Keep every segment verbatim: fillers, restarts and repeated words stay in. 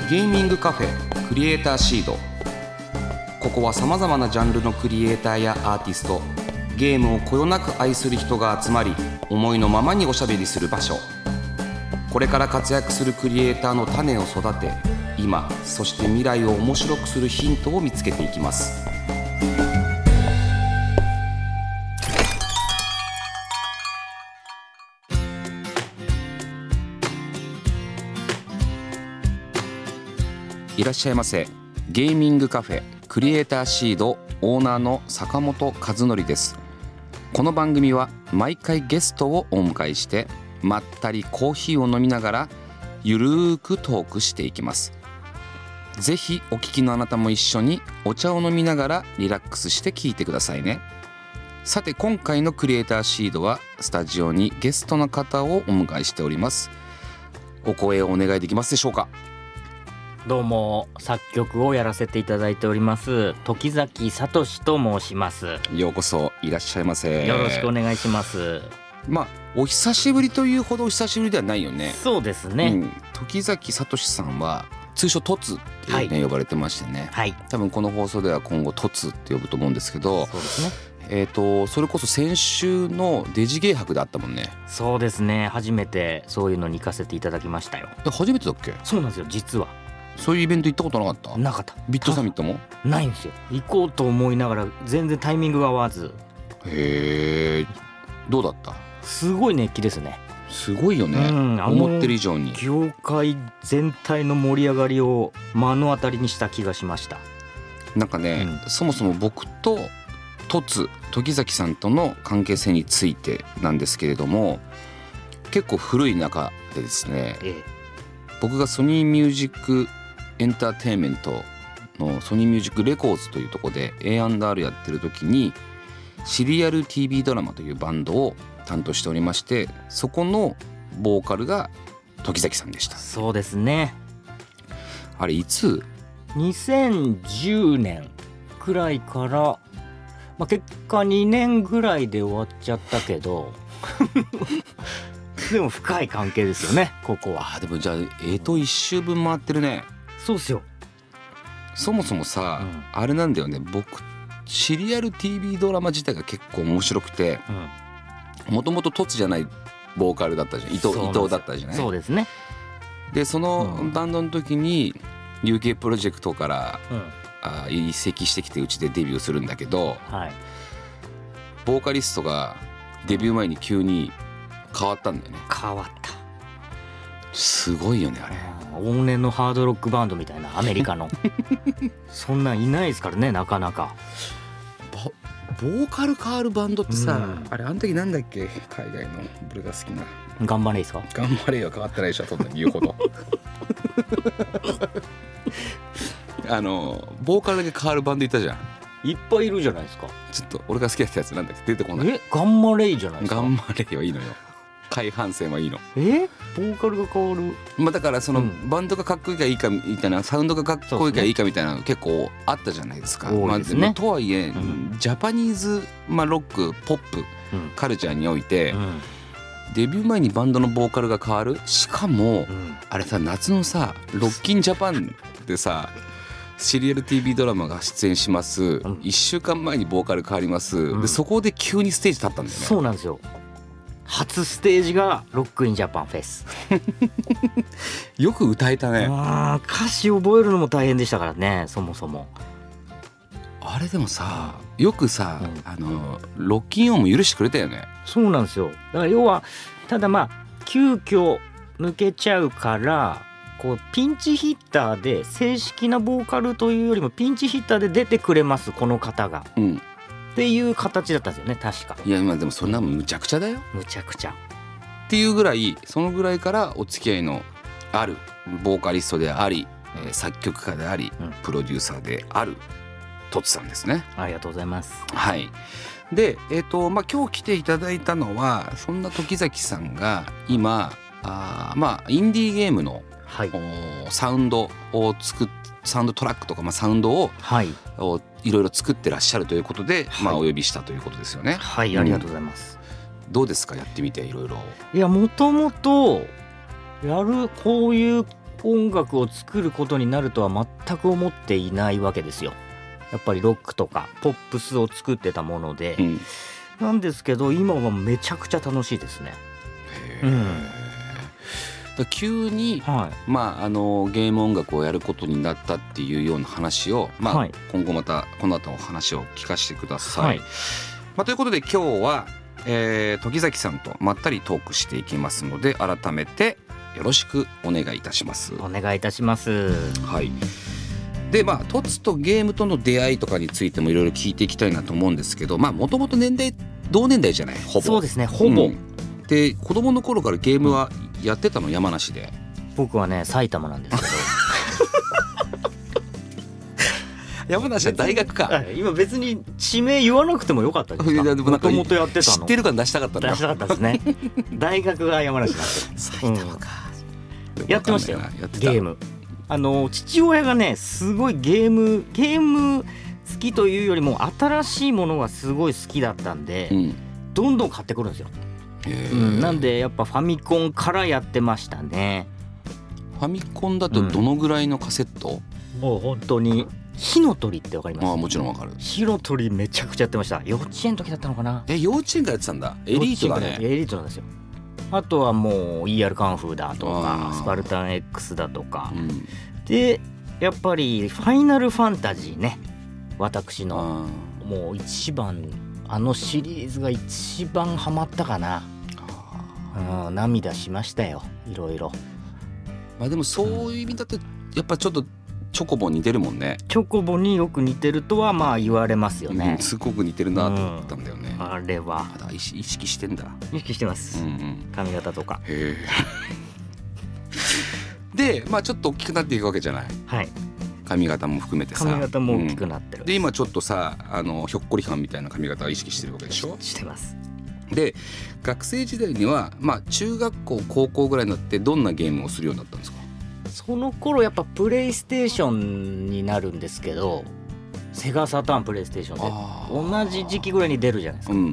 ゲーミングカフェクリエイターシード。ここはさまざまなジャンルのクリエイターやアーティスト、ゲームをこよなく愛する人が集まり、思いのままにおしゃべりする場所。これから活躍するクリエイターの種を育て、今そして未来を面白くするヒントを見つけていきます。いらっしゃいませ。ゲーミングカフェクリエイターシードオーナーの坂本和則です。この番組は毎回ゲストをお迎えして、まったりコーヒーを飲みながらゆるーくトークしていきます。ぜひお聞きのあなたも一緒にお茶を飲みながらリラックスして聞いてくださいね。さて、今回のクリエイターシードはスタジオにゲストの方をお迎えしております。お声をお願いできますでしょうか。 どうも、作曲をやらせていただいております時崎聡と申します。 ようこそいらっしゃいませ。 よろしくお願いします。 まあお久しぶりというほどお久しぶりではないよね。 そうですね、 うん、時崎聡さんは通称トツっていう、ね、はい、呼ばれてましてね、はい、多分この放送では今後トツって呼ぶと思うんですけど、 そうですね、 えーと、それこそ先週のデジゲー博であったもんね。 そうですね、初めてそういうのに行かせていただきましたよ。 初めてだっけ。 そうなんですよ、実は。 そういうイベント行ったことなかった？ なかった。 ビットサミットもないんですよ。行こうと思いながら全然タイミングが合わず。 へえ、どうだった？ すごい熱気ですね。 すごいよね、うん、思ってる以上に業界全体の盛り上がりを目の当たりにした気がしました。 なんかね、うん、そもそも僕とトツ時崎さんとの関係性についてなんですけれども、結構古い中でですね、ええ、僕がソニーミュージックエンターテインメントのソニーミュージックレコーズというところで エーアンドアール やってる時にシリアル ティービー ドラマというバンドを担当しておりまして、そこのボーカルが時崎さんでした。 そうですね。 あれいつ？ にせんじゅうねんくらいから、まあ、結果にねんぐらいで終わっちゃったけどでも深い関係ですよね、ここは。 あ、でもじゃあえといっ週分回ってるね。 そうっすよ。 そもそもさ、うん、あれなんだよね、僕シリアル ティービー ドラマ自体が結構面白くて、もともとトツじゃないボーカルだったじゃん、伊藤、伊藤だったじゃない。 そうですね。 でそのバンドの時に ユーケー プロジェクトから、うん、あ移籍してきてうちでデビューするんだけど、はい、ボーカリストがデビュー前に急に変わったんだよね。 変わった。 すごいよねあれ。 往年のハードロックバンドみたいな、アメリカのそんなんいないですからね、なかなか。 ボーカル変わるバンドってさ、うん、あれあの時なんだっけ、海外の俺が好きな頑張れですか。 頑張れよ、変わってないでしょ、そんなに言うほどあのボーカルだけ変わるバンドいたじゃん。 いっぱいいるじゃないですか。 ちょっと俺が好きだったやつなんだっけ、出てこない。 え、ガンマレイじゃないですか。 ガンマレイはいいのよ、海半戦はいいの。 え、ボーカルが変わる、 まあ、だからその、うん、バンドがかっこいいかいいかみたいな、サウンドがかっこいいかいいかみたいなの結構あったじゃないですか。 多いですね。 まあ、とはいえ、うん、ジャパニーズ、まあ、ロックポップ、うん、カルチャーにおいて、うん、デビュー前にバンドのボーカルが変わる。しかも、うん、あれさ、夏のさロッキンジャパンでさシリアル ティービー ドラマが出演します、うん、いっしゅうかんまえにボーカル変わります、うん、でそこで急にステージ立ったんだよね。 そうなんですよ。初ステージがロックインジャパンフェスよく歌えたね。 あ、歌詞覚えるのも大変でしたからね、そもそも。 あれでもさ、よくさ、うん、あのロッキンオンも許してくれたよね。 そうなんですよ。だから要はただまあ急遽抜けちゃうから、こうピンチヒッターで正式なボーカルというよりもピンチヒッターで出てくれます、この方が、うん、っていう形だったんですよね、確か。 いや、まあでもそんなもんむちゃくちゃだよ。 むちゃくちゃっていうぐらい、そのぐらいからお付き合いのあるボーカリストであり、えー、作曲家であり、うん、プロデューサーであるトツさんですね。 ありがとうございます。 はい。で、えーとまあ、今日来ていただいたのは、そんな時崎さんが今あ、まあ、インディーゲームの、はい、サウンドを作っサウンドトラックとか、まあ、サウンドを、はい、いろいろ作ってらっしゃるということで、はい、まあ、お呼びしたということですよね。 はい、ありがとうございます、 うん、どうですか、やってみていろいろ。 いや、もともとやるこういう音楽を作ることになるとは全く思っていないわけですよ。やっぱりロックとかポップスを作ってたもので、 うん、 なんですけど今はめちゃくちゃ楽しいですね。 へー、うん、だ急に、はい、まあ、あのゲーム音楽をやることになったっていうような話を、まあはい、今後またこの後お話を聞かせてください、はい、まあ、ということで今日は、えー、時崎さんとまったりトークしていきますので改めてよろしくお願いいたします。 お願いいたします。 はい。でまあトツとゲームとの出会いとかについてもいろいろ聞いていきたいなと思うんですけど、まあもともと年代同年代じゃない、ほぼ。 そうですね、ほぼ、うん、 で子供の頃からゲームはやってたの？山梨で。 僕はね埼玉なんですけど山梨は大学か。 今別に地名言わなくてもよかったですか？もともとやってたの。 知ってるから出したかったんだ。 出したかったですね大学が山梨なんで埼玉か、 うん、やってましたよゲーム。あの父親がねすごいゲームゲーム好きというよりも新しいものがすごい好きだったんで、うん、どんどん買ってくるんですよ、うん、なんでやっぱファミコンからやってましたね。 ファミコンだとどのぐらいのカセット？ うん、もう本当に火の鳥ってわかります？ ああ、もちろんわかる。 火の鳥めちゃくちゃやってました。幼稚園の時だったのかな。 え、幼稚園からやってたんだ。エリートだね。 エリートなんですよ。あとはもう イーアール カンフーだとかスパルタン X だとか、うん、でやっぱりファイナルファンタジーね、私のもう一番あのシリーズが一番ハマったかな。うん、涙しましたよ、いろいろ。 まあでもそういう意味だとやっぱちょっとチョコボに似てるもんね。 チョコボによく似てるとはまあ言われますよね、 うん、すごく似てるなと思ったんだよね、 うん、あれはまだ意識してんだ。 意識してます、うんうん、髪型とか。 へで、まあちょっと大きくなっていくわけじゃない。 はい。 髪型も含めてさ。 髪型も大きくなってる、 うん、で今ちょっとさあのひょっこりはんみたいな髪型を意識してるわけでしょ。 してます。 で学生時代にはまあ中学校高校ぐらいになってどんなゲームをするようになったんですか？ その頃やっぱプレイステーションになるんですけど、セガサターンプレイステーションで同じ時期ぐらいに出るじゃないですか、うんうんうん、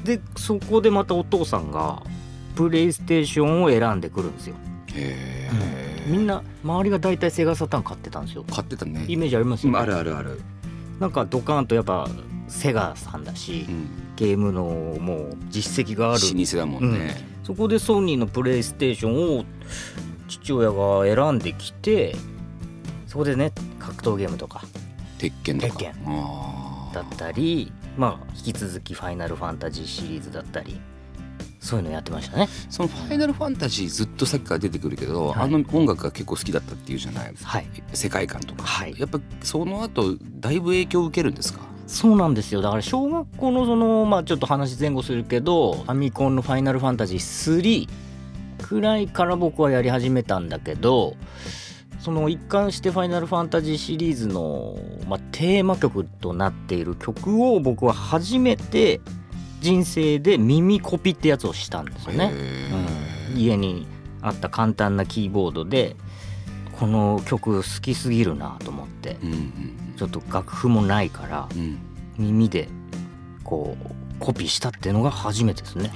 でそこでまたお父さんがプレイステーションを選んでくるんですよ。へー、うん、みんな周りが大体セガサターン買ってたんですよ。 買ってたね。 イメージありますよね。 あるあるある。 なんかドカーンとやっぱセガさんだし、うん、ゲームのもう実績がある老舗だもんね、 うん、そこでソニーのプレイステーションを父親が選んできて、そこでね格闘ゲームとか鉄拳とか鉄拳だったり、まあ引き続きファイナルファンタジーシリーズだったりそういうのやってましたね。 そのファイナルファンタジーずっとさっきから出てくるけど、はい、あの音楽が結構好きだったっていうじゃない、はい、世界観とか、はい、やっぱその後だいぶ影響を受けるんですか？ そうなんですよ。だから小学校のそのまあちょっと話前後するけどファミコンのファイナルファンタジースリーくらいから僕はやり始めたんだけど、その一貫してファイナルファンタジーシリーズの、まあ、テーマ曲となっている曲を僕は初めて人生で耳コピってやつをしたんですよね、うん、家にあった簡単なキーボードでこの曲好きすぎるなと思って、うんうん、ちょっと楽譜もないから、うん、耳でこうコピーしたっていうのが初めてですね。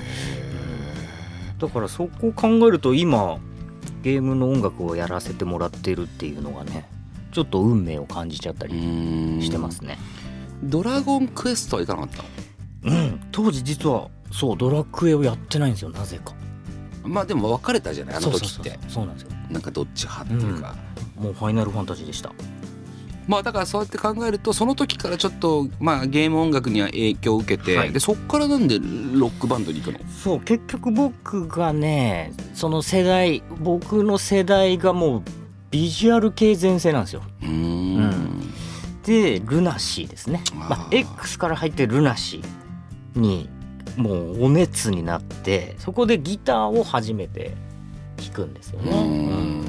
だからそこを考えると今ゲームの音楽をやらせてもらっているっていうのがねちょっと運命を感じちゃったりしてますね。 ドラゴンクエストはいかなかったの？うん、当時実はそうドラクエをやってないんですよ、なぜか。 まあでも別れたじゃないあの時って。 そうそうそうそうなんですよ。 なんかどっち派っていうか、 うん、もうファイナルファンタジーでした。 まあだからそうやって考えるとその時からちょっとまあゲーム音楽には影響を受けて、はい、でそっからなんでロックバンドに行くの？そう結局僕がねその世代僕の世代がもうビジュアル系全盛なんですよ。うーん、うん、でルナシーですね。あ、まあ、X から入ってルナシーにもうお熱になってそこでギターを初めて弾くんですよね。うん、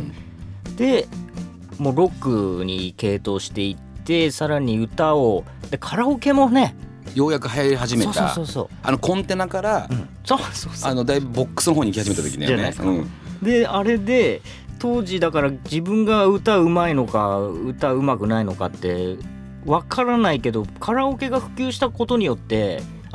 でもうロックに傾倒していってさらに歌をでカラオケもねようやく流行り始めた。 そうそうそうあのコンテナから、うん、そうそうそうあのだいぶボックスの方に行き始めた時だよね。うん、 であれで当時だから自分が歌うまいのか歌うまくないのかってわからないけどカラオケが普及したことによって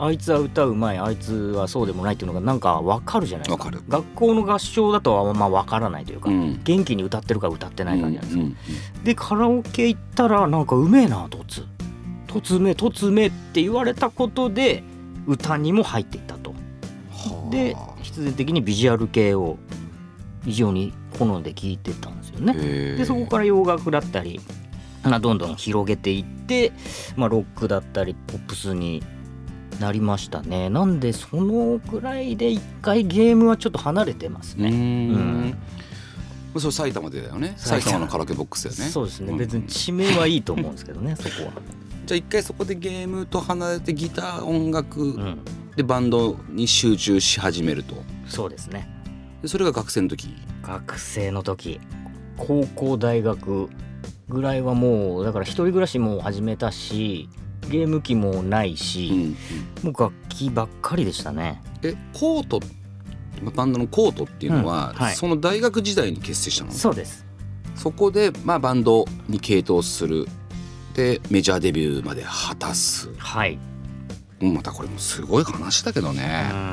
あいつは歌うまい、あいつはそうでもないっていうのがなんか分かるじゃないですか。 分かる。 学校の合唱だとはまあ分からないというか、うん、元気に歌ってるか歌ってないかじゃないですか、うんうんうん、でカラオケ行ったらなんかうめえなとつとつめとつめって言われたことで歌にも入っていったと。で必然的にビジュアル系を非常に好んで聴いてたんですよね。でそこから洋楽だったりどんどん広げていって、まあ、ロックだったりポップスになりましたね。なんでそのくらいで一回ゲームはちょっと離れてますね。うーん、 うん、それ埼玉でだよね。埼玉のカラオケボックスだよね。 そうですね、うん、別に地名はいいと思うんですけどねそこは。 じゃあ一回そこでゲームと離れてギター音楽でバンドに集中し始めると、うん、 そうですね。 でそれが学生の時学生の時高校大学ぐらいはもうだから一人暮らしも始めたしゲーム機もないし、うんうん、もう楽器ばっかりでしたね。 えコートバンドのコートっていうのは、うんはい、その大学時代に結成したの？ そうです。 そこで、まあ、バンドに傾倒するでメジャーデビューまで果たす。 はい。 またこれもすごい話だけどね。 うん、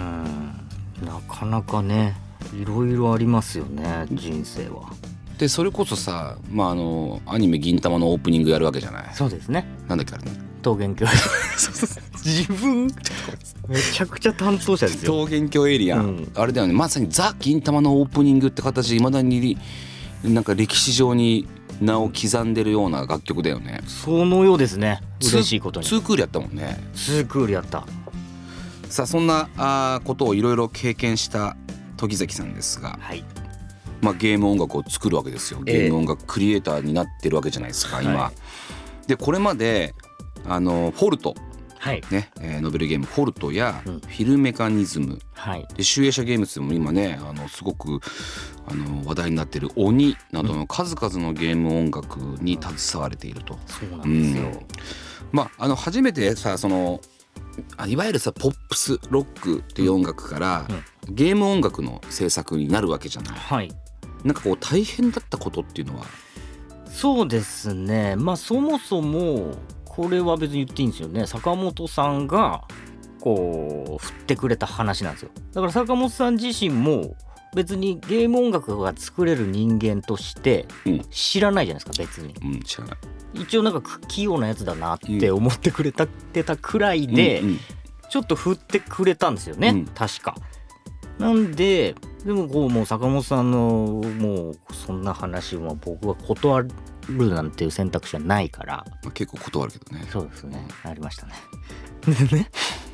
なかなかねいろいろありますよね人生は。 でそれこそさ、まあ、あのアニメ銀魂のオープニングやるわけじゃない。 そうですね。 なんだっけあれ桃源郷自分めちゃくちゃ担当者ですよ。 桃源郷エリア、うん、あれだよね。まさにザ銀魂のオープニングって形でいまだになんか歴史上に名を刻んでるような楽曲だよね。 そのようですね。嬉しいことにツークールやったもんね。 ツークールやった。 さあそんなあことをいろいろ経験した時崎さんですが、はい、まあ、ゲーム音楽を作るわけですよ。ゲーム音楽クリエイターになってるわけじゃないですか、えー、今、はい、でこれまであのフォルト、はいねえー、ノベルゲームフォルトや、うん、フィルメカニズム、はい、で集英社ゲームズでも今ねあのすごくあの話題になってる鬼などの数々のゲーム音楽に携われていると、うん、 そうなんですよ、うん、 まあ、あの初めてさそのいわゆるさポップスロックっていう音楽から、うん、ゲーム音楽の制作になるわけじゃない、はい、なんかこう大変だったことっていうのは？ そうですね、まあそもそもこれは別に言っていいんですよね。坂本さんがこう振ってくれた話なんですよ。だから坂本さん自身も別にゲーム音楽が作れる人間として知らないじゃないですか、別に、 うん、知らない。 一応なんか器用なやつだなって思ってくれた、うん、てたくらいで、うんうん、ちょっと振ってくれたんですよね、うん、確か。なんででもこうもう坂本さんのもうそんな話は僕は断るなんていう選択肢はないから、 まあ、結構断るけどね。 そうですね、ありましたねでね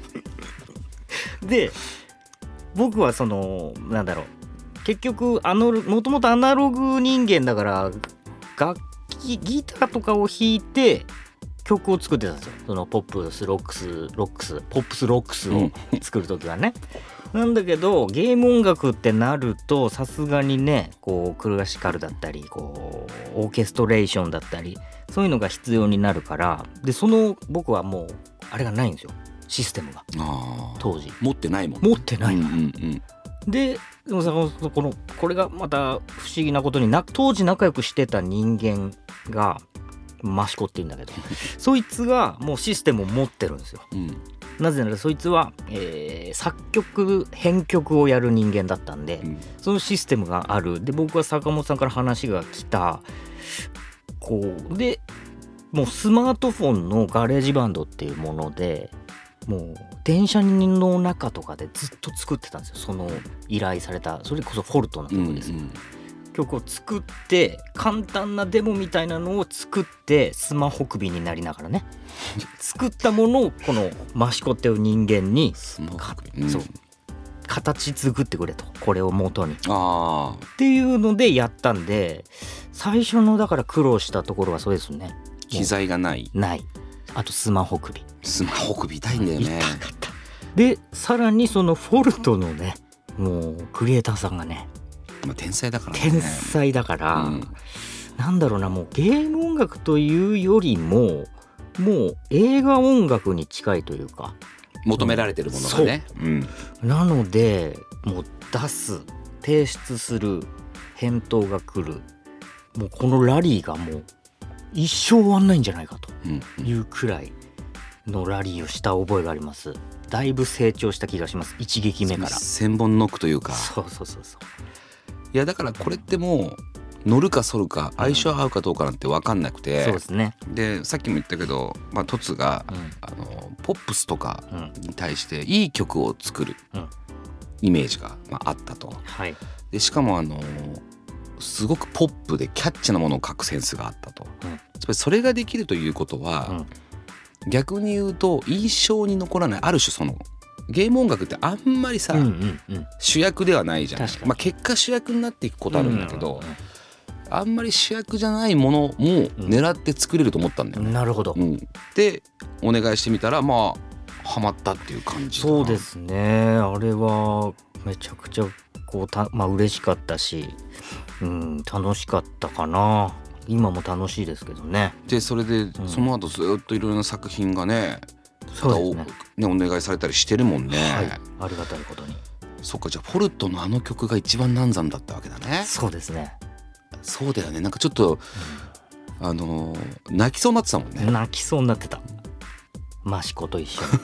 で僕はそのなんだろう結局あのもともとアナログ人間だから楽器ギターとかを弾いて曲を作ってたんですよ。そのポップスロックスロックスポップスロックスを作るときはね、うん、なんだけどゲーム音楽ってなるとさすがにねこうクラシカルだったりこうオーケストレーションだったりそういうのが必要になるから、でその僕はもうあれがないんですよ、システムが。あ当時持ってないもん持ってないから、うんうんうん、ででもさこのこれがまた不思議なことにな当時仲良くしてた人間がマシコって言うんだけどそいつがもうシステムを持ってるんですよ、うん、なぜならそいつは、えー、作曲編曲をやる人間だったんで、うん、そのシステムがある。で僕は坂本さんから話が来たこうでもうスマートフォンのガレージバンドっていうものでもう電車の中とかでずっと作ってたんですよ。その依頼されたそれこそフォルトの曲です、うんうん、曲を作って簡単なデモみたいなのを作ってスマホ首になりながらね作ったものをこのマシコっていう人間にスマホ首、うん、そう形作ってくれとこれを元にあっていうのでやったんで最初のだから苦労したところはそうですね。 機材がないないあとスマホ首スマホ首痛いんだよね。 痛かった。でさらにそのフォルトのねもうクリエイターさんがね、 まあ、天才だからね天才だから、うん、なんだろうなもうゲーム音楽というよりももう映画音楽に近いというか求められてるものがね、 うん、なのでもう出す提出する返答が来るもうこのラリーがもう一生終わんないんじゃないかというくらいのラリーをした覚えがあります。だいぶ成長した気がします、一撃目から。 千本ノックというか。 そうそうそうそう。 いやだからこれってもう乗るか反るか相性合うかどうかなんて分かんなくて、 うん、そうですね。 でさっきも言ったけど、まあ、トツが、うん、あのポップスとかに対していい曲を作るイメージが、まあ、あったと、 はい、 でしかもあのすごくポップでキャッチなものを書くセンスがあったと、うん、つまりそれができるということは、うん、逆に言うと印象に残らない、ある種そのゲーム音楽ってあんまりさ、うんうんうん、主役ではないじゃん。まあ、結果主役になっていくことあるんだけど、うんうんうん、あんまり主役じゃないものも狙って作れると思ったんだよね、 うん、なるほど、 うん、でお願いしてみたらまあハマったっていう感じ。 そうですね、あれはめちゃくちゃこうた、まあ嬉しかったし、うん、楽しかったかな。今も楽しいですけどね。 でそれでその後ずっといろいろな作品がね、 そうですね、 ね、お願いされたりしてるもんね、 はい、ありがたいことに。 そっか、じゃあフォルトのあの曲が一番難産だったわけだね。 そうですね。 そうだよね、なんかちょっと、うん、あのー、泣きそうになってたもんね。 泣きそうになってた、マシコと一緒に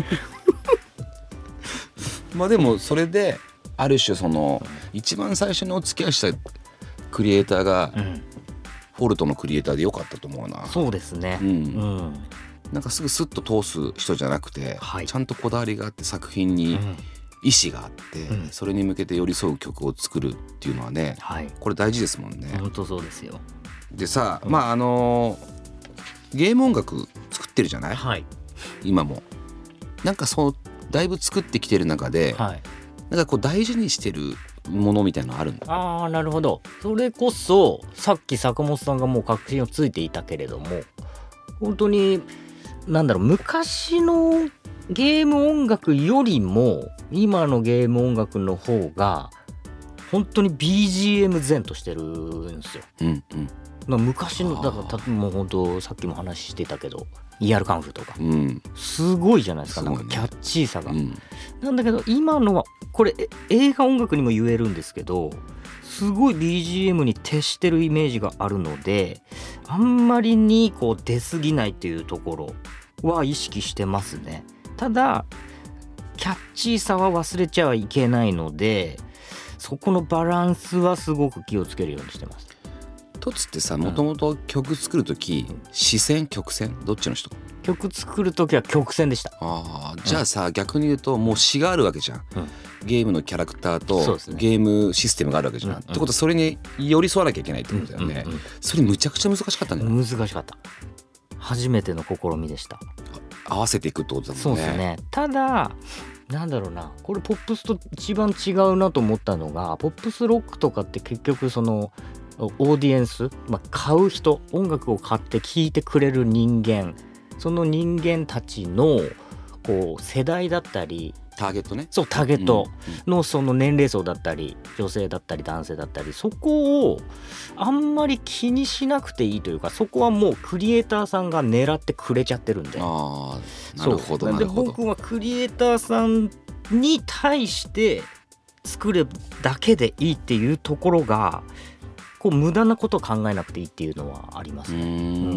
まあでもそれである種その一番最初にお付き合いしたクリエイターが、うん、フォルトのクリエイターでよかったと思うな。 そうですね、 うん、うんなんかすぐスッと通す人じゃなくて、はい、ちゃんとこだわりがあって作品に意志があって、うん、それに向けて寄り添う曲を作るっていうのはね、はい、これ大事ですもんね。 本当そうですよ。 でさ、うん、まああのー、ゲーム音楽作ってるじゃない、 はい、 今もなんかそうだいぶ作ってきてる中で、はい、なんかこう大事にしてるものみたいなのあるんだ。 あー、なるほど。それこそさっき坂本さんがもう確信をついていたけれども、本当になんだろう、昔のゲーム音楽よりも今のゲーム音楽の方が本当に ビージーエム 前としてるんですよ、うんうん、昔のだからもう本当さっきも話してたけど イーアール カンフーとか、うん、すごいじゃないですか、なんかキャッチーさが、うん、なんだけど今のはこれ映画音楽にも言えるんですけど、すごい ビージーエム に徹してるイメージがあるので、あんまりにこう出過ぎないっていうところは意識してますね。ただキャッチーさは忘れちゃいけないので、そこのバランスはすごく気をつけるようにしてます。 トツってさ、もともと曲作るとき、うん、詞線曲線どっちの人？ 曲作るときは曲線でした。 あ、じゃあさ、うん、逆に言うともう詞があるわけじゃん、うん、ゲームのキャラクターとゲームシステムがあるわけじゃん、うんうん、ってことはそれに寄り添わなきゃいけないってことだよね、うんうんうん、それむちゃくちゃ難しかったんじゃない？ 難しかった。初めての試みでした。 合わせていくってことだもんね。 そうですね。ただなんだろうな、これポップスと一番違うなと思ったのが、ポップスロックとかって結局そのオーディエンス、まあ、買う人、音楽を買って聴いてくれる人間、その人間たちのこう世代だったり、 ターゲットね。 そう、ターゲットのその年齢層だったり、女性だったり男性だったり、そこをあんまり気にしなくていいというか、そこはもうクリエイターさんが狙ってくれちゃってるんで。 ああ、なるほどなるほど。 で、僕はクリエイターさんに対して作るだけでいいっていうところが、こう無駄なことを考えなくていいっていうのはありますね。うーん、うん、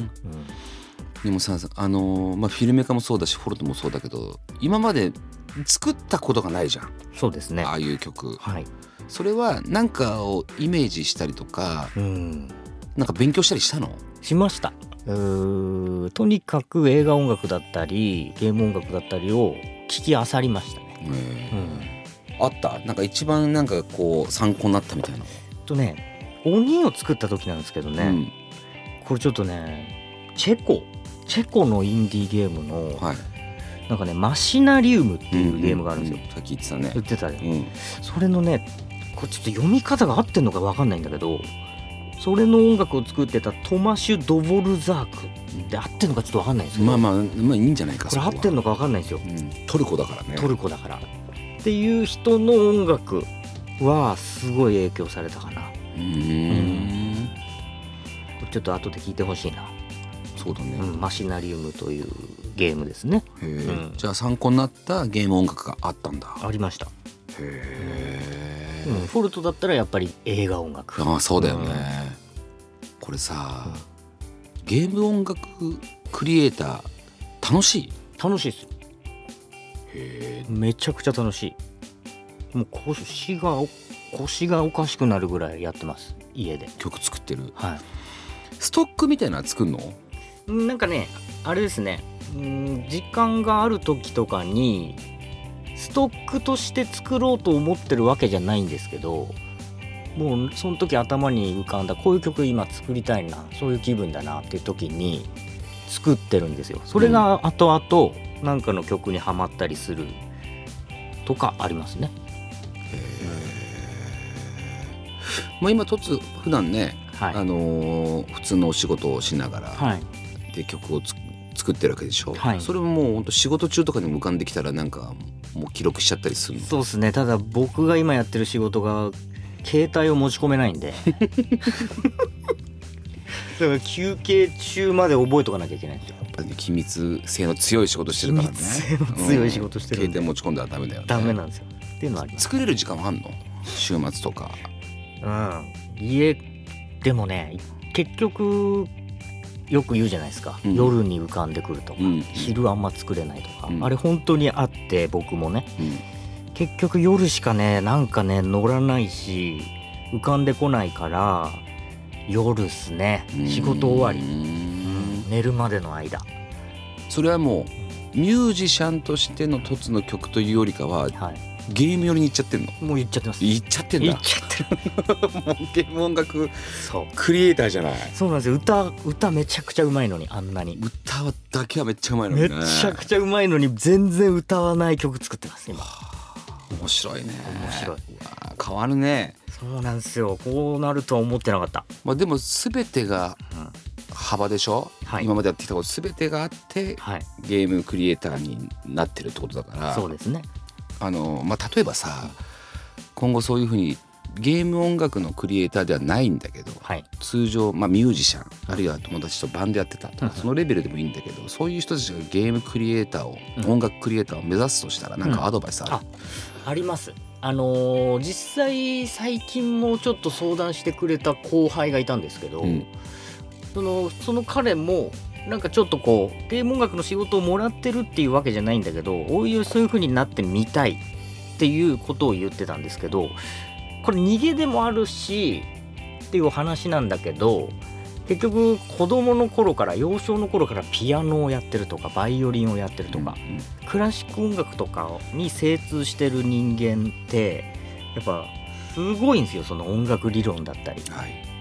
でもさ、あのーまあ、フィルメカもそうだしフォルトもそうだけど、今まで作ったことがないじゃん。 そうですね。 ああいう曲、 はい、 それは何かをイメージしたりとか、うん、なんか勉強したりしたの？ しました。うーとにかく映画音楽だったりゲーム音楽だったりを聞き漁りましたね。 うん、あった？なんか一番なんかこう参考になったみたいな。 とね、鬼を作った時なんですけどね、うん、これちょっとね、チェコチェコのインディーゲームの、はい、なんかね、マシナリウムっていうゲームがあるんですよ、 うんうんうん、さっき言ってたね。 言ってたね、うん、それのね、これちょっと読み方が合ってんのか分かんないんだけど、それの音楽を作ってたトマシュ・ドボルザークで合ってんのかちょっと分かんないんですけど、 まあまあ、まあいいんじゃないか。 これ合ってんのか分かんないんですよ、うん、 トルコだからね。 トルコだからっていう人の音楽はすごい影響されたかな。うーん、うん、ちょっと後で聞いてほしいな。 そうだね、 うん、マシナリウムというゲームですね。 へ、うん、じゃあ参考になったゲーム音楽があったんだ。 ありました。へー、うん、フォルトだったらやっぱり映画音楽。 ああ、そうだよね、うん、これさ、うん、ゲーム音楽クリエイター楽しい。 楽しいですよ。 へえ。 めちゃくちゃ楽しい。もう腰が腰がおかしくなるぐらいやってます、家で。 曲作ってる。 はい。 ストックみたいなの作るの？ なんかね、あれですね、うーん時間がある時とかにストックとして作ろうと思ってるわけじゃないんですけど、もうその時頭に浮かんだこういう曲今作りたいな、そういう気分だなっていう時に作ってるんですよ。それが後々なんかの曲にはまったりするとかありますね。 まあ、今とつ普段ね、 はい、 あのー普通のお仕事をしながら、 はい、 で曲をつ作ってるわけでしょ、 はい、 それももう本当仕事中とかにも浮かんできたらなんかもう記録しちゃったりするの？ そうですね。ただ僕が今やってる仕事が携帯を持ち込めないんでだから休憩中まで覚えとかなきゃいけないんですよ。 やっぱり、ね、機密性の強い仕事してるからね。 機密性の強い仕事してるんで、 うん、携帯持ち込んだらダメだよね。 ダメなんですよっていうのはあります。 作れる時間はあんの？週末とか。 うん、家でもね、結局よく言うじゃないですか、うん、夜に浮かんでくるとか、うん、昼あんま作れないとか、うん、あれ本当にあって、僕もね、うん、結局夜しかねなんかね乗らないし浮かんでこないから夜っすね。仕事終わり、うん、寝るまでの間。 それはもうミュージシャンとしてのトツの曲というよりかは、はい、ゲーム寄りに行っちゃってんの？ もう言っちゃってます。 言っちゃってんだ。 言っちゃってるもうゲーム音楽クリエイターじゃない。 そうなんですよ。歌歌めちゃくちゃうまいのに、あんなに歌だけはめっちゃうまいのにね。 めちゃくちゃうまいのに全然歌わない曲作ってます今。 面白いね。 面白い。 変わるね。 そうなんですよ。こうなるとは思ってなかった。 まあ、でも全てが幅でしょ、うん、はい、今までやってきたこと全てがあって、はい、ゲームクリエイターになってるってことだから。 そうですね。 あのまあ、例えばさ、今後そういうふうにゲーム音楽のクリエイターではないんだけど、はい、通常、まあ、ミュージシャンあるいは友達とバンドやってたとか、そのレベルでもいいんだけど、そういう人たちがゲームクリエイターを、うん、音楽クリエイターを目指すとしたら何かアドバイスある？うん、あ、 あります。あのー、実際最近もちょっと相談してくれた後輩がいたんですけど、うん、その、その彼もなんかちょっとこうゲーム音楽の仕事をもらってるっていうわけじゃないんだけど、おいおいそういう風になってみたいっていうことを言ってたんですけど、これ逃げでもあるしっていう話なんだけど、結局子供の頃から幼少の頃からピアノをやってるとかバイオリンをやってるとか、うんうん、クラシック音楽とかに精通してる人間ってやっぱすごいんですよ、その音楽理論だったり、はい、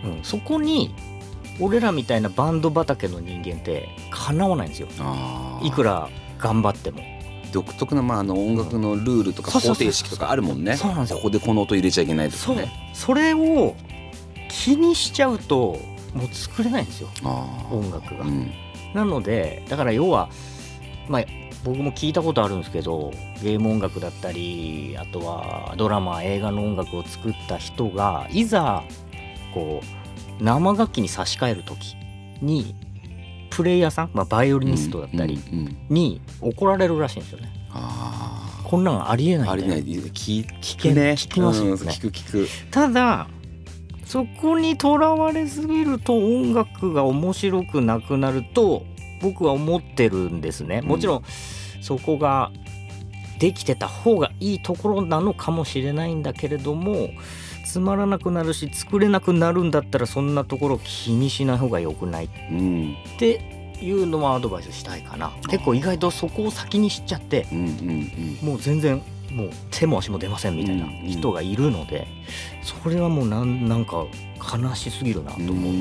うん、そこに俺らみたいなバンド畑の人間ってかなわないんですよ。いくら頑張っても独特な、まあ、あの音楽のルールとか方程式とかあるもんね。ここでこの音入れちゃいけないとかね。 そう、それを気にしちゃうともう作れないんですよ、音楽が、うん、なのでだから要は、まあ、僕も聞いたことあるんですけど、ゲーム音楽だったりあとはドラマ映画の音楽を作った人がいざこう生楽器に差し替える時にプレイヤーさん、まあ、バイオリニストだったりに怒られるらしいんですよね。あ、こんなのありえないんだよ。ありえない。 聞, 聞くね。 聞きますよね、うん、 聞く聞く。 ただそこにとらわれすぎると音楽が面白くなくなると僕は思ってるんですね。もちろんそこができてた方がいいところなのかもしれないんだけれども、つまらなくなるし作れなくなるんだったらそんなところ気にしない方が良くないっていうのはアドバイスしたいかな。結構意外とそこを先に知っちゃって、うんうんうん、もう全然もう手も足も出ませんみたいな人がいるので、それはもうなん、なんか悲しすぎるなと思って、うん、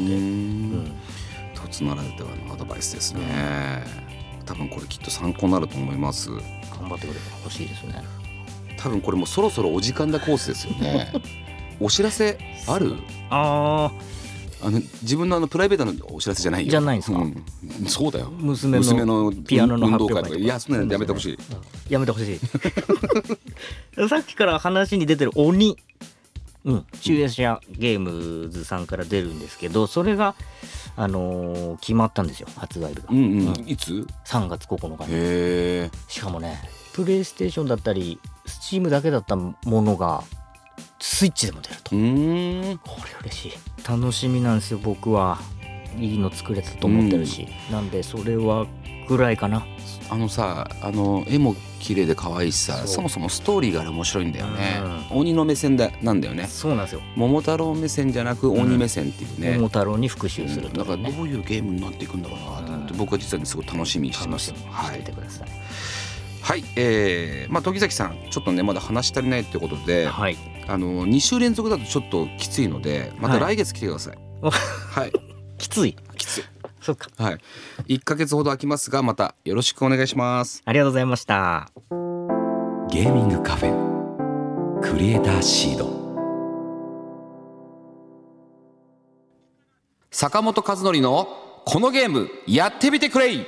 とつならではのアドバイスですね。多分これきっと参考になると思います。 頑張ってくれてほしいですね。 多分これもそろそろお時間だコースですよね。お知らせある？ああの自分のあのプライベートのお知らせじゃないよ。 じゃないんですか、うん、 そうだよ。 娘 の, 娘のピアノの発表会とか。 いや、そんなのやめてほしい、 うん、やめてほしいさっきから話に出てる鬼、うん、中夜叉ゲームズさんから出るんですけど、それが、あのー、決まったんですよ、発売日が、 うんうんうん、いつ？さんがつここのかに。へー。しかもね、プレイステーションだったりスチームだけだったものがスイッチでも出ると。うーん、これ嬉しい。楽しみなんですよ僕は。いいの作れたと思ってるし、うん、なんでそれはぐらいかな。 あのさ、あの絵も綺麗で可愛いしさ、 そうそもそもストーリーがあれ面白いんだよね、うん、鬼の目線だなんだよね。 そうなんですよ。 桃太郎目線じゃなく鬼目線っていうね、 うん、桃太郎に復讐すると、ね、 だからどういうゲームになっていくんだろうなと思って、うん、僕は実はすごい楽しみにしてます。 はい、しててください。 はい、えーまあ、時崎さんちょっとねまだ話し足りないということで、 はい、 あのに週連続だとちょっときついのでまた来月来てください。はい、はい、 きついきついそうか、 はい、いっかげつほど空きますがまたよろしくお願いします。 ありがとうございました。 ゲーミングカフェクリエイターシード、坂本和則のこのゲームやってみてくれい。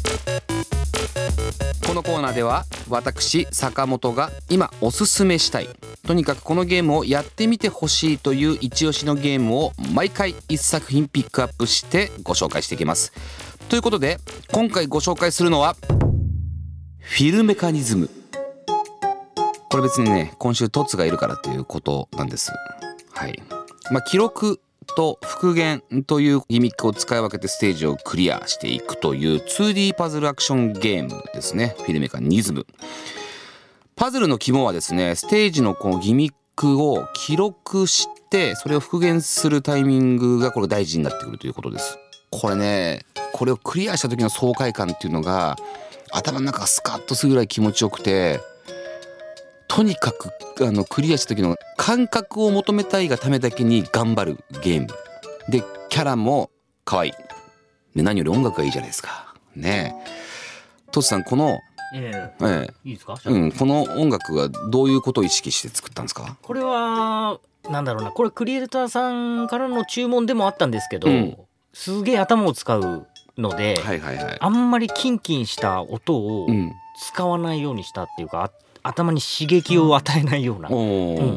このコーナーでは私坂本が今おすすめしたい、とにかくこのゲームをやってみてほしいという一押しのゲームを毎回いっさく品ピックアップしてご紹介していきます。ということで今回ご紹介するのはフィルメカニズム。これ別にね今週トツがいるからということなんです。はい、まあ、記録と復元というギミックを使い分けてステージをクリアしていくという ツーディー パズルアクションゲームですね。フィルメカニズム。パズルの肝はですね、ステージのこうギミックを記録してそれを復元するタイミングがこれ大事になってくるということです。これね、これをクリアした時の爽快感っていうのが頭の中がスカッとするぐらい気持ちよくて、とにかくあのクリアした時の感覚を求めたいがためだけに頑張るゲームで、キャラも可愛いで、何より音楽がいいじゃないですかね。えトシさんこの、 えーえー、いいですか、 うん、この音楽はどういうことを意識して作ったんですか？ これはなんだろうな、これクリエイターさんからの注文でもあったんですけど、うん、すげえ頭を使うので、はいはいはい、あんまりキンキンした音を使わないようにしたっていうか、頭に刺激を与えないような、うん、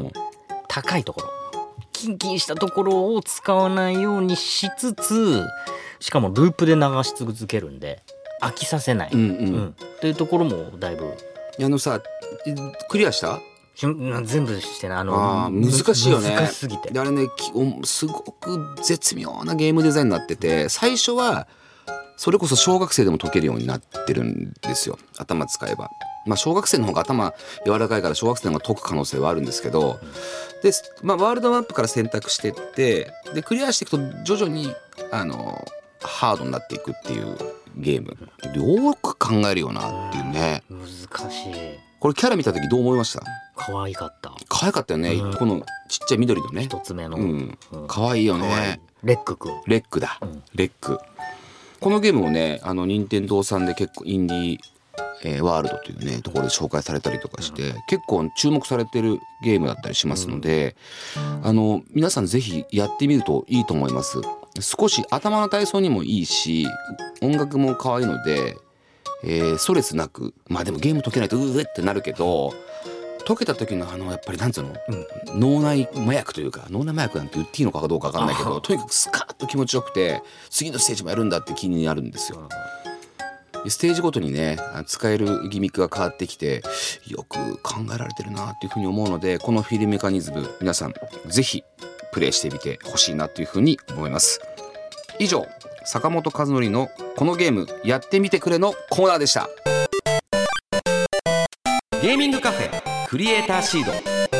高いところキンキンしたところを使わないようにしつつ、しかもループで流し続けるんで飽きさせない、うんうんうん、っていうところもだいぶ。 あのさ、クリアした？ 全部してね、あのあ難しいよね。 難しすぎて、 であれねすごく絶妙なゲームデザインになってて、最初はそれこそ小学生でも解けるようになってるんですよ、頭使えば。まあ小学生の方が頭柔らかいから小学生の方が解く可能性はあるんですけど、で、まあ、ワールドマップから選択してってでクリアしていくと徐々にあのハードになっていくっていうゲーム。よく考えるよなっていうね。 難しい。 これキャラ見た時どう思いました？ 可愛かった。 可愛かったよね、うん、このちっちゃい緑のね一つ目の、 うんうん、可愛いよね。 レックくんレックだ、うん、レック。このゲームをね、あの任天堂さんで結構インディー、えー、ワールドというねところで紹介されたりとかして、うん、結構注目されてるゲームだったりしますので、うん、あの皆さんぜひやってみるといいと思います。少し頭の体操にもいいし音楽も可愛いので、えー、ストレスなく、まあでもゲーム解けないとうえってなるけど、解けた時のあのやっぱりなんつうの、うん、脳内麻薬というか、脳内麻薬なんて言っていいのかどうか分かんないけど、とにかくスカッと気持ちよくて次のステージもやるんだって気になるんですよ。ステージごとにね使えるギミックが変わってきてよく考えられてるなっていうふうに思うので、このフィルメカニズム皆さんぜひプレイしてみてほしいなというふうに思います。以上、坂本和則のこのゲームやってみてくれのコーナーでした。ゲーミングカフェクリエイターシード。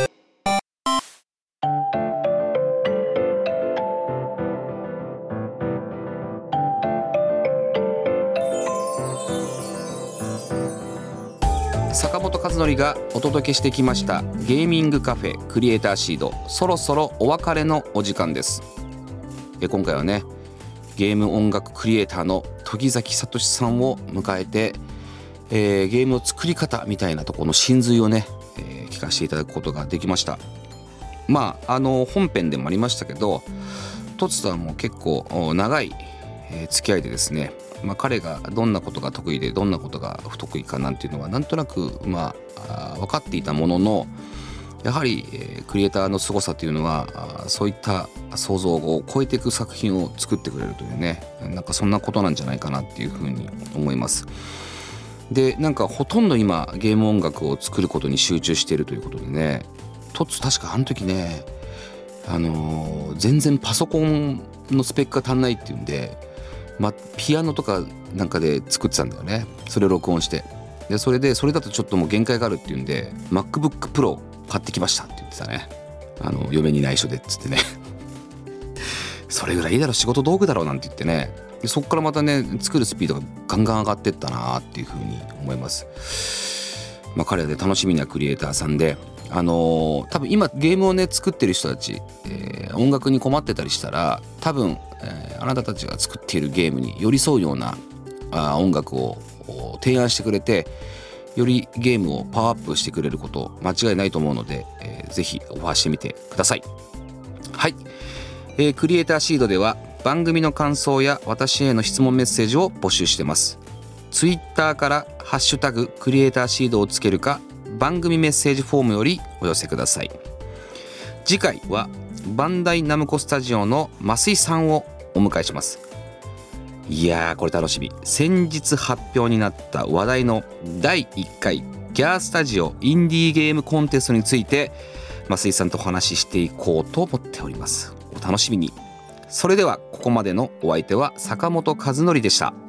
坂本和則がお届けしてきましたゲーミングカフェクリエイターシード、そろそろお別れのお時間です。え今回はねゲーム音楽クリエイターの時崎聡さんを迎えて、えー、ゲームの作り方みたいなところの真髄をね、えー、聞かせていただくことができました。まああの本編でもありましたけど、トツさんも結構長い、えー、付き合いでですね、まあ、彼がどんなことが得意でどんなことが不得意かなんていうのはなんとなく、まあ、分かっていたものの、やはり、えー、クリエイターの凄さというのはそういった想像を超えていく作品を作ってくれるというね、なんかそんなことなんじゃないかなっていうふうに思います。でなんかほとんど今ゲーム音楽を作ることに集中しているということでね、トッツ確かあの時ね、あのー、全然パソコンのスペックが足んないっていうんで、 ま、ピアノとかなんかで作ってたんだよね。それを録音してでそれでそれだとちょっともう限界があるっていうんで MacBook Pro 買ってきましたって言ってたね。あの嫁に内緒でっつってねそれぐらいいいだろう仕事道具だろうなんて言ってね。でそっからまたね作るスピードがガンガン上がってったなっていうふうに思います。まあ彼らで楽しみなクリエイターさんであのー、多分今ゲームをね作ってる人たち、えー、音楽に困ってたりしたら多分、えー、あなたたちが作っているゲームに寄り添うようなあ音楽を提案してくれてよりゲームをパワーアップしてくれること間違いないと思うので、えー、ぜひオファーしてみてください。はい、えー、クリエイターシードでは番組の感想や私への質問メッセージを募集してます。ツイッターからハッシュタグクリエイターシードをつけるか番組メッセージフォームよりお寄せください。次回はバンダイナムコスタジオの増井さんをお迎えします。いやーこれ楽しみ。先日発表になった話題のだいいっかいギャースタジオインディーゲームコンテストについて増井さんとお話ししていこうと思っております。お楽しみに。それではここまでのお相手は坂本和則でした。